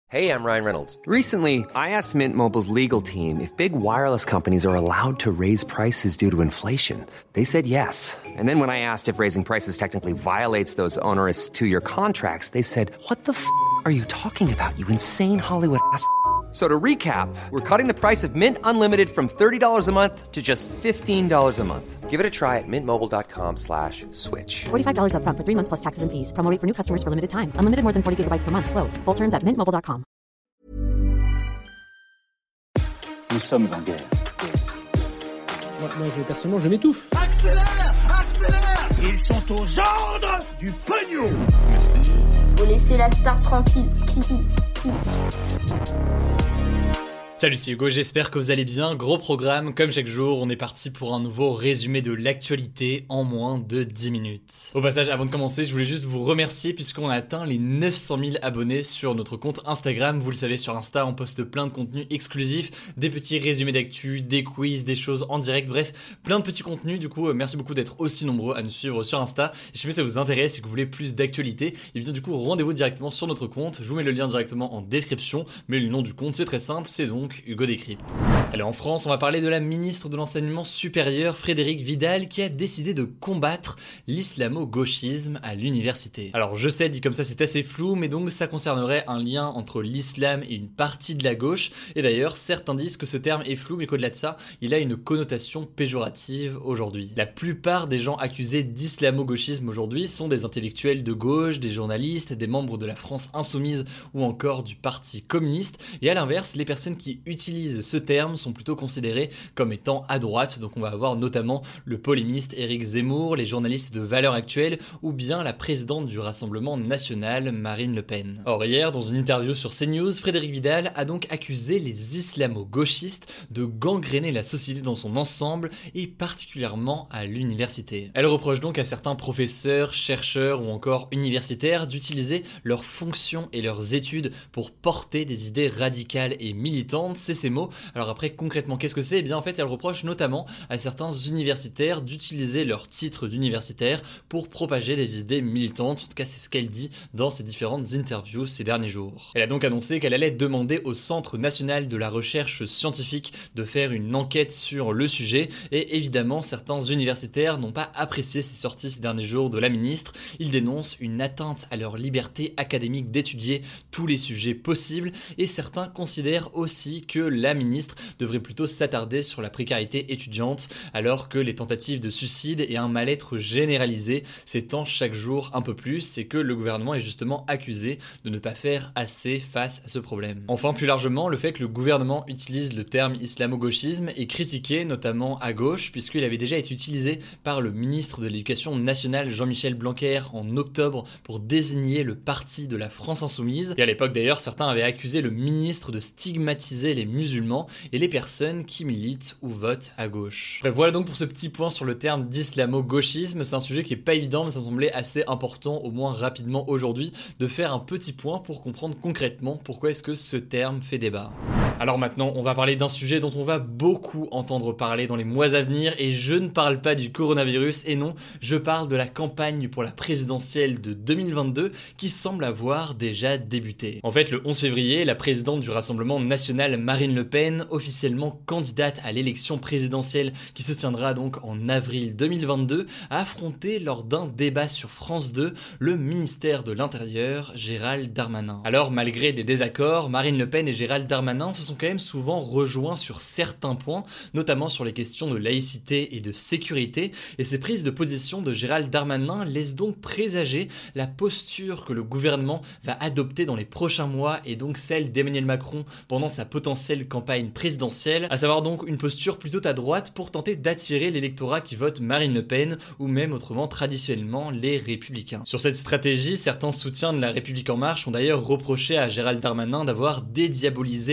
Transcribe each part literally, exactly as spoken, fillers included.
Hey, I'm Ryan Reynolds. Recently, I asked Mint Mobile's legal team if big wireless companies are allowed to raise prices due to inflation. They said yes. And then when I asked if raising prices technically violates those onerous two-year contracts, they said, "What the f*** are you talking about, you insane Hollywood ass?" So to recap, we're cutting the price of Mint Unlimited from thirty dollars a month to just fifteen dollars a month. Give it a try at mintmobile.com slash switch. forty-five dollars up front for three months plus taxes and fees. Promo rate for new customers for limited time. Unlimited more than forty gigabytes per month. Slows full terms at mint mobile dot com. Nous sommes en guerre. Moi, moi je, personnellement, je m'étouffe. Accélère, accélère. Ils sont aux ordres du pognon. Merci. Faut laisser la star tranquille. Salut, c'est Hugo, j'espère que vous allez bien. Gros programme, comme chaque jour, on est parti pour un nouveau résumé de l'actualité en moins de dix minutes. Au passage, avant de commencer, je voulais juste vous remercier puisqu'on a atteint les neuf cent mille abonnés sur notre compte Instagram. Vous le savez, sur Insta, on poste plein de contenus exclusifs, des petits résumés d'actu, des quiz, des choses en direct, bref, plein de petits contenus. Du coup, merci beaucoup d'être aussi nombreux à nous suivre sur Insta. Et si jamais ça vous intéresse et que vous voulez plus d'actualité, et bien du coup, rendez-vous directement sur notre compte. Je vous mets le lien directement en description, mais le nom du compte, c'est très simple, c'est donc Hugo Décrypte. Allez, en France, on va parler de la ministre de l'Enseignement supérieur, Frédérique Vidal, qui a décidé de combattre l'islamo-gauchisme à l'université. Alors, je sais, dit comme ça, c'est assez flou, mais donc ça concernerait un lien entre l'islam et une partie de la gauche. Et d'ailleurs, certains disent que ce terme est flou, mais qu'au-delà de ça, il a une connotation péjorative aujourd'hui. La plupart des gens accusés d'islamo-gauchisme aujourd'hui sont des intellectuels de gauche, des journalistes, des membres de la France insoumise ou encore du Parti communiste. Et à l'inverse, les personnes qui utilisent ce terme sont plutôt considérés comme étant à droite, donc on va avoir notamment le polémiste Éric Zemmour, les journalistes de Valeurs Actuelles ou bien la présidente du Rassemblement National, Marine Le Pen. Or hier, dans une interview sur CNews, Frédérique Vidal a donc accusé les islamo-gauchistes de gangréner la société dans son ensemble et particulièrement à l'université. Elle reproche donc à certains professeurs, chercheurs ou encore universitaires d'utiliser leurs fonctions et leurs études pour porter des idées radicales et militantes. C'est ces mots. Alors après, concrètement, qu'est-ce que c'est ? Eh bien, en fait, elle reproche notamment à certains universitaires d'utiliser leur titre d'universitaire pour propager des idées militantes. En tout cas, c'est ce qu'elle dit dans ses différentes interviews ces derniers jours. Elle a donc annoncé qu'elle allait demander au Centre national de la recherche scientifique de faire une enquête sur le sujet. Et évidemment, certains universitaires n'ont pas apprécié ces sorties ces derniers jours de la ministre. Ils dénoncent une atteinte à leur liberté académique d'étudier tous les sujets possibles. Et certains considèrent aussi que la ministre devrait plutôt s'attarder sur la précarité étudiante alors que les tentatives de suicide et un mal-être généralisé s'étendent chaque jour un peu plus et que le gouvernement est justement accusé de ne pas faire assez face à ce problème. Enfin, plus largement, le fait que le gouvernement utilise le terme islamo-gauchisme est critiqué notamment à gauche puisqu'il avait déjà été utilisé par le ministre de l'Éducation nationale Jean-Michel Blanquer en octobre pour désigner le parti de la France insoumise. Et à l'époque d'ailleurs, certains avaient accusé le ministre de stigmatiser les musulmans et les personnes qui militent ou votent à gauche. Bref, voilà donc pour ce petit point sur le terme d'islamo-gauchisme. C'est un sujet qui est pas évident, mais ça me semblait assez important, au moins rapidement aujourd'hui, de faire un petit point pour comprendre concrètement pourquoi est-ce que ce terme fait débat. Alors maintenant, on va parler d'un sujet dont on va beaucoup entendre parler dans les mois à venir, et je ne parle pas du coronavirus, et non, je parle de la campagne pour la présidentielle de deux mille vingt-deux qui semble avoir déjà débuté. En fait, le onze février, la présidente du Rassemblement National, Marine Le Pen, officiellement candidate à l'élection présidentielle qui se tiendra donc en avril deux mille vingt-deux, a affronté lors d'un débat sur France deux le ministère de l'Intérieur, Gérald Darmanin. Alors, malgré des désaccords, Marine Le Pen et Gérald Darmanin se sont quand même souvent rejoints sur certains points, notamment sur les questions de laïcité et de sécurité, et ces prises de position de Gérald Darmanin laissent donc présager la posture que le gouvernement va adopter dans les prochains mois, et donc celle d'Emmanuel Macron pendant sa potentielle campagne présidentielle, à savoir donc une posture plutôt à droite pour tenter d'attirer l'électorat qui vote Marine Le Pen, ou même autrement traditionnellement les Républicains. Sur cette stratégie, certains soutiens de la République En Marche ont d'ailleurs reproché à Gérald Darmanin d'avoir dédiabolisé Marine Le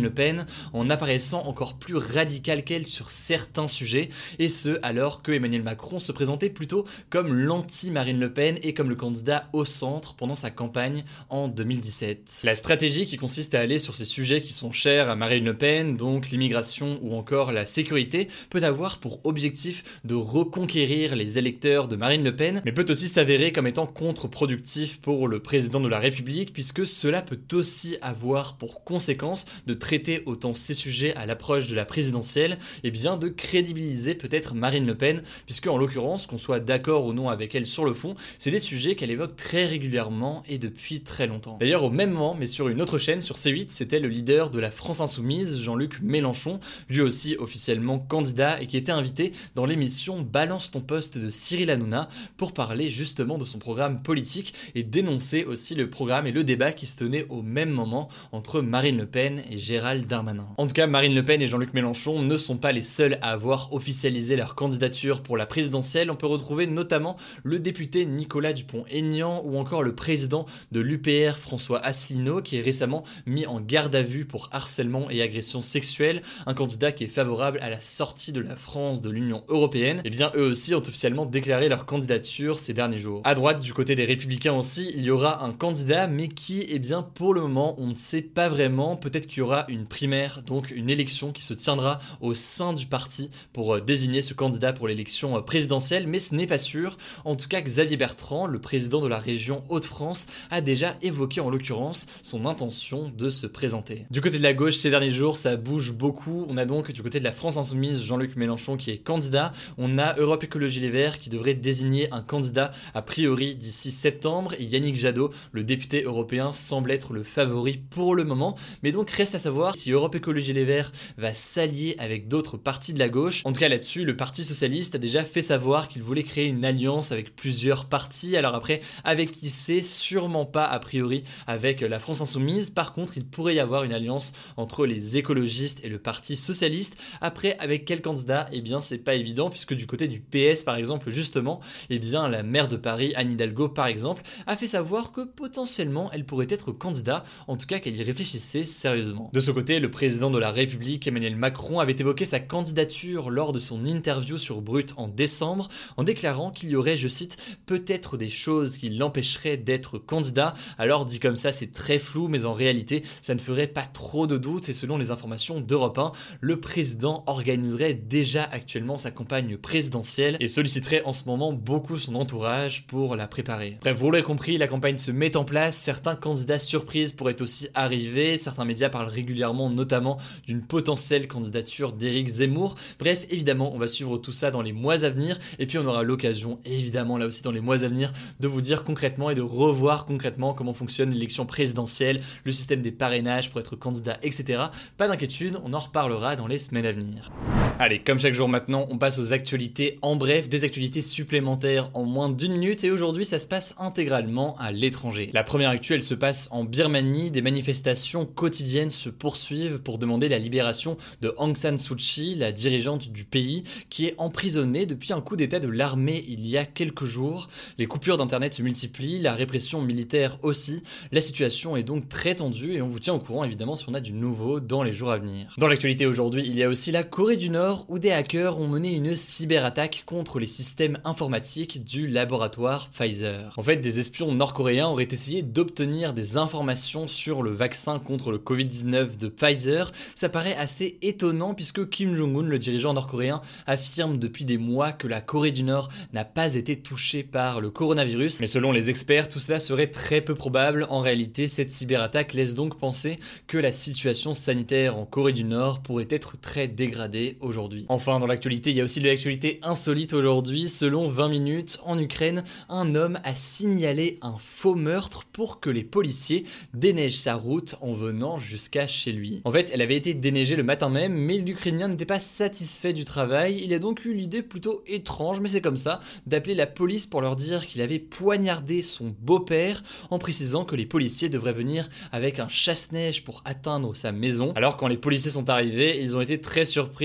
Le Pen en apparaissant encore plus radical qu'elle sur certains sujets, et ce alors que Emmanuel Macron se présentait plutôt comme l'anti-Marine Le Pen et comme le candidat au centre pendant sa campagne en deux mille dix-sept. La stratégie qui consiste à aller sur ces sujets qui sont chers à Marine Le Pen, donc l'immigration ou encore la sécurité, peut avoir pour objectif de reconquérir les électeurs de Marine Le Pen, mais peut aussi s'avérer comme étant contre-productif pour le président de la République, puisque cela peut aussi avoir pour conséquence de traiter autant ces sujets à l'approche de la présidentielle, et bien de crédibiliser peut-être Marine Le Pen, puisque en l'occurrence, qu'on soit d'accord ou non avec elle sur le fond, c'est des sujets qu'elle évoque très régulièrement et depuis très longtemps. D'ailleurs, au même moment, mais sur une autre chaîne, sur C huit, c'était le leader de la France Insoumise, Jean-Luc Mélenchon, lui aussi officiellement candidat et qui était invité dans l'émission Balance ton poste de Cyril Hanouna pour parler justement de son programme politique et dénoncer aussi le programme et le débat qui se tenait au même moment entre Marine Le Pen et Gérald Darmanin. En tout cas, Marine Le Pen et Jean-Luc Mélenchon ne sont pas les seuls à avoir officialisé leur candidature pour la présidentielle. On peut retrouver notamment le député Nicolas Dupont-Aignan ou encore le président de l'U P R François Asselineau qui est récemment mis en garde à vue pour harcèlement et agression sexuelle, un candidat qui est favorable à la sortie de la France de l'Union européenne. Et bien eux aussi ont officiellement déclaré leur candidature ces derniers jours. À droite, du côté des Républicains aussi, il y aura un candidat, mais qui, eh bien pour le moment, on ne sait pas vraiment. Peut-être qu'il y aura une primaire, donc une élection qui se tiendra au sein du parti pour désigner ce candidat pour l'élection présidentielle, mais ce n'est pas sûr. En tout cas, Xavier Bertrand, le président de la région Hauts-de-France, a déjà évoqué en l'occurrence son intention de se présenter. Du côté de la gauche, ces derniers jours, ça bouge beaucoup. On a donc du côté de la France Insoumise, Jean-Luc Mélenchon qui est candidat. On a Europe Écologie Les Verts qui devrait désigner un candidat a priori d'ici septembre. Et Yannick Jadot, le député européen, semble être le favori pour le moment. Mais donc reste à savoir si Europe Écologie Les Verts va s'allier avec d'autres partis de la gauche. En tout cas là-dessus, le Parti Socialiste a déjà fait savoir qu'il voulait créer une alliance avec plusieurs partis. Alors après, avec qui c'est sûrement pas a priori avec la France Insoumise. Par contre, il pourrait y avoir une alliance entre les écologistes et le Parti Socialiste. Après, avec quel candidat? Eh bien, c'est pas évident, puisque du côté du P S, par exemple, justement, eh bien, la maire de Paris, Anne Hidalgo, par exemple, a fait savoir que potentiellement, elle pourrait être candidat, en tout cas qu'elle y réfléchissait sérieusement. De ce côté, le président de la République, Emmanuel Macron, avait évoqué sa candidature lors de son interview sur Brut en décembre, en déclarant qu'il y aurait, je cite, peut-être des choses qui l'empêcheraient d'être candidat. Alors, dit comme ça, c'est très flou, mais en réalité, ça ne ferait pas trop de doute, et selon les informations d'Europe un, le président organiserait déjà actuellement sa campagne présidentielle et solliciterait en ce moment beaucoup son entourage pour la préparer. Bref, vous l'aurez compris, la campagne se met en place, certains candidats surprises pourraient aussi arriver, certains médias parlent régulièrement notamment d'une potentielle candidature d'Éric Zemmour. Bref, évidemment, on va suivre tout ça dans les mois à venir, et puis on aura l'occasion, évidemment là aussi dans les mois à venir, de vous dire concrètement et de revoir concrètement comment fonctionne l'élection présidentielle, le système des parrainages pour être candidat, et cetera. Pas d'inquiétude, on en reparlera dans les semaines à venir. Allez, comme chaque jour maintenant, on passe aux actualités en bref, des actualités supplémentaires en moins d'une minute, et aujourd'hui ça se passe intégralement à l'étranger. La première actu, elle se passe en Birmanie, des manifestations quotidiennes se poursuivent pour demander la libération de Aung San Suu Kyi, la dirigeante du pays, qui est emprisonnée depuis un coup d'état de l'armée il y a quelques jours. Les coupures d'internet se multiplient, la répression militaire aussi, la situation est donc très tendue et on vous tient au courant évidemment si on a du nouveau dans les jours à venir. Dans l'actualité aujourd'hui, il y a aussi la Corée du Nord où des hackers ont mené une cyberattaque contre les systèmes informatiques du laboratoire Pfizer. En fait, des espions nord-coréens auraient essayé d'obtenir des informations sur le vaccin contre le covid dix-neuf de Pfizer. Ça paraît assez étonnant puisque Kim Jong-un, le dirigeant nord-coréen, affirme depuis des mois que la Corée du Nord n'a pas été touchée par le coronavirus. Mais selon les experts, tout cela serait très peu probable. En réalité, cette cyberattaque laisse donc penser que la situation sanitaire en Corée du Nord pourrait être très dégradée aujourd'hui. Enfin, dans l'actualité, il y a aussi de l'actualité insolite aujourd'hui. Selon vingt minutes, en Ukraine, un homme a signalé un faux meurtre pour que les policiers déneigent sa route en venant jusqu'à chez lui. En fait, elle avait été déneigée le matin même, mais l'Ukrainien n'était pas satisfait du travail. Il a donc eu l'idée plutôt étrange, mais c'est comme ça, d'appeler la police pour leur dire qu'il avait poignardé son beau-père, en précisant que les policiers devraient venir avec un chasse-neige pour atteindre sa maison. Alors quand les policiers sont arrivés, ils ont été très surpris et plutôt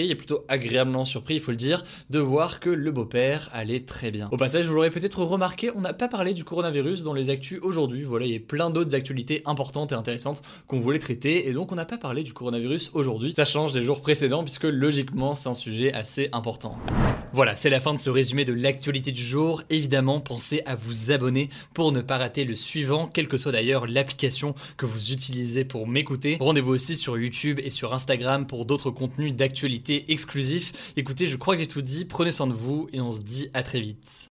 agréablement surpris, il faut le dire, de voir que le beau-père allait très bien. Au passage, vous l'aurez peut-être remarqué, on n'a pas parlé du coronavirus dans les actus aujourd'hui. Voilà, il y a plein d'autres actualités importantes et intéressantes qu'on voulait traiter, et donc on n'a pas parlé du coronavirus aujourd'hui. Ça change des jours précédents, puisque logiquement, c'est un sujet assez important. Voilà, c'est la fin de ce résumé de l'actualité du jour. Évidemment, pensez à vous abonner pour ne pas rater le suivant, quelle que soit d'ailleurs l'application que vous utilisez pour m'écouter. Rendez-vous aussi sur YouTube et sur Instagram pour d'autres contenus d'actualité exclusifs. Écoutez, je crois que j'ai tout dit, prenez soin de vous et on se dit à très vite.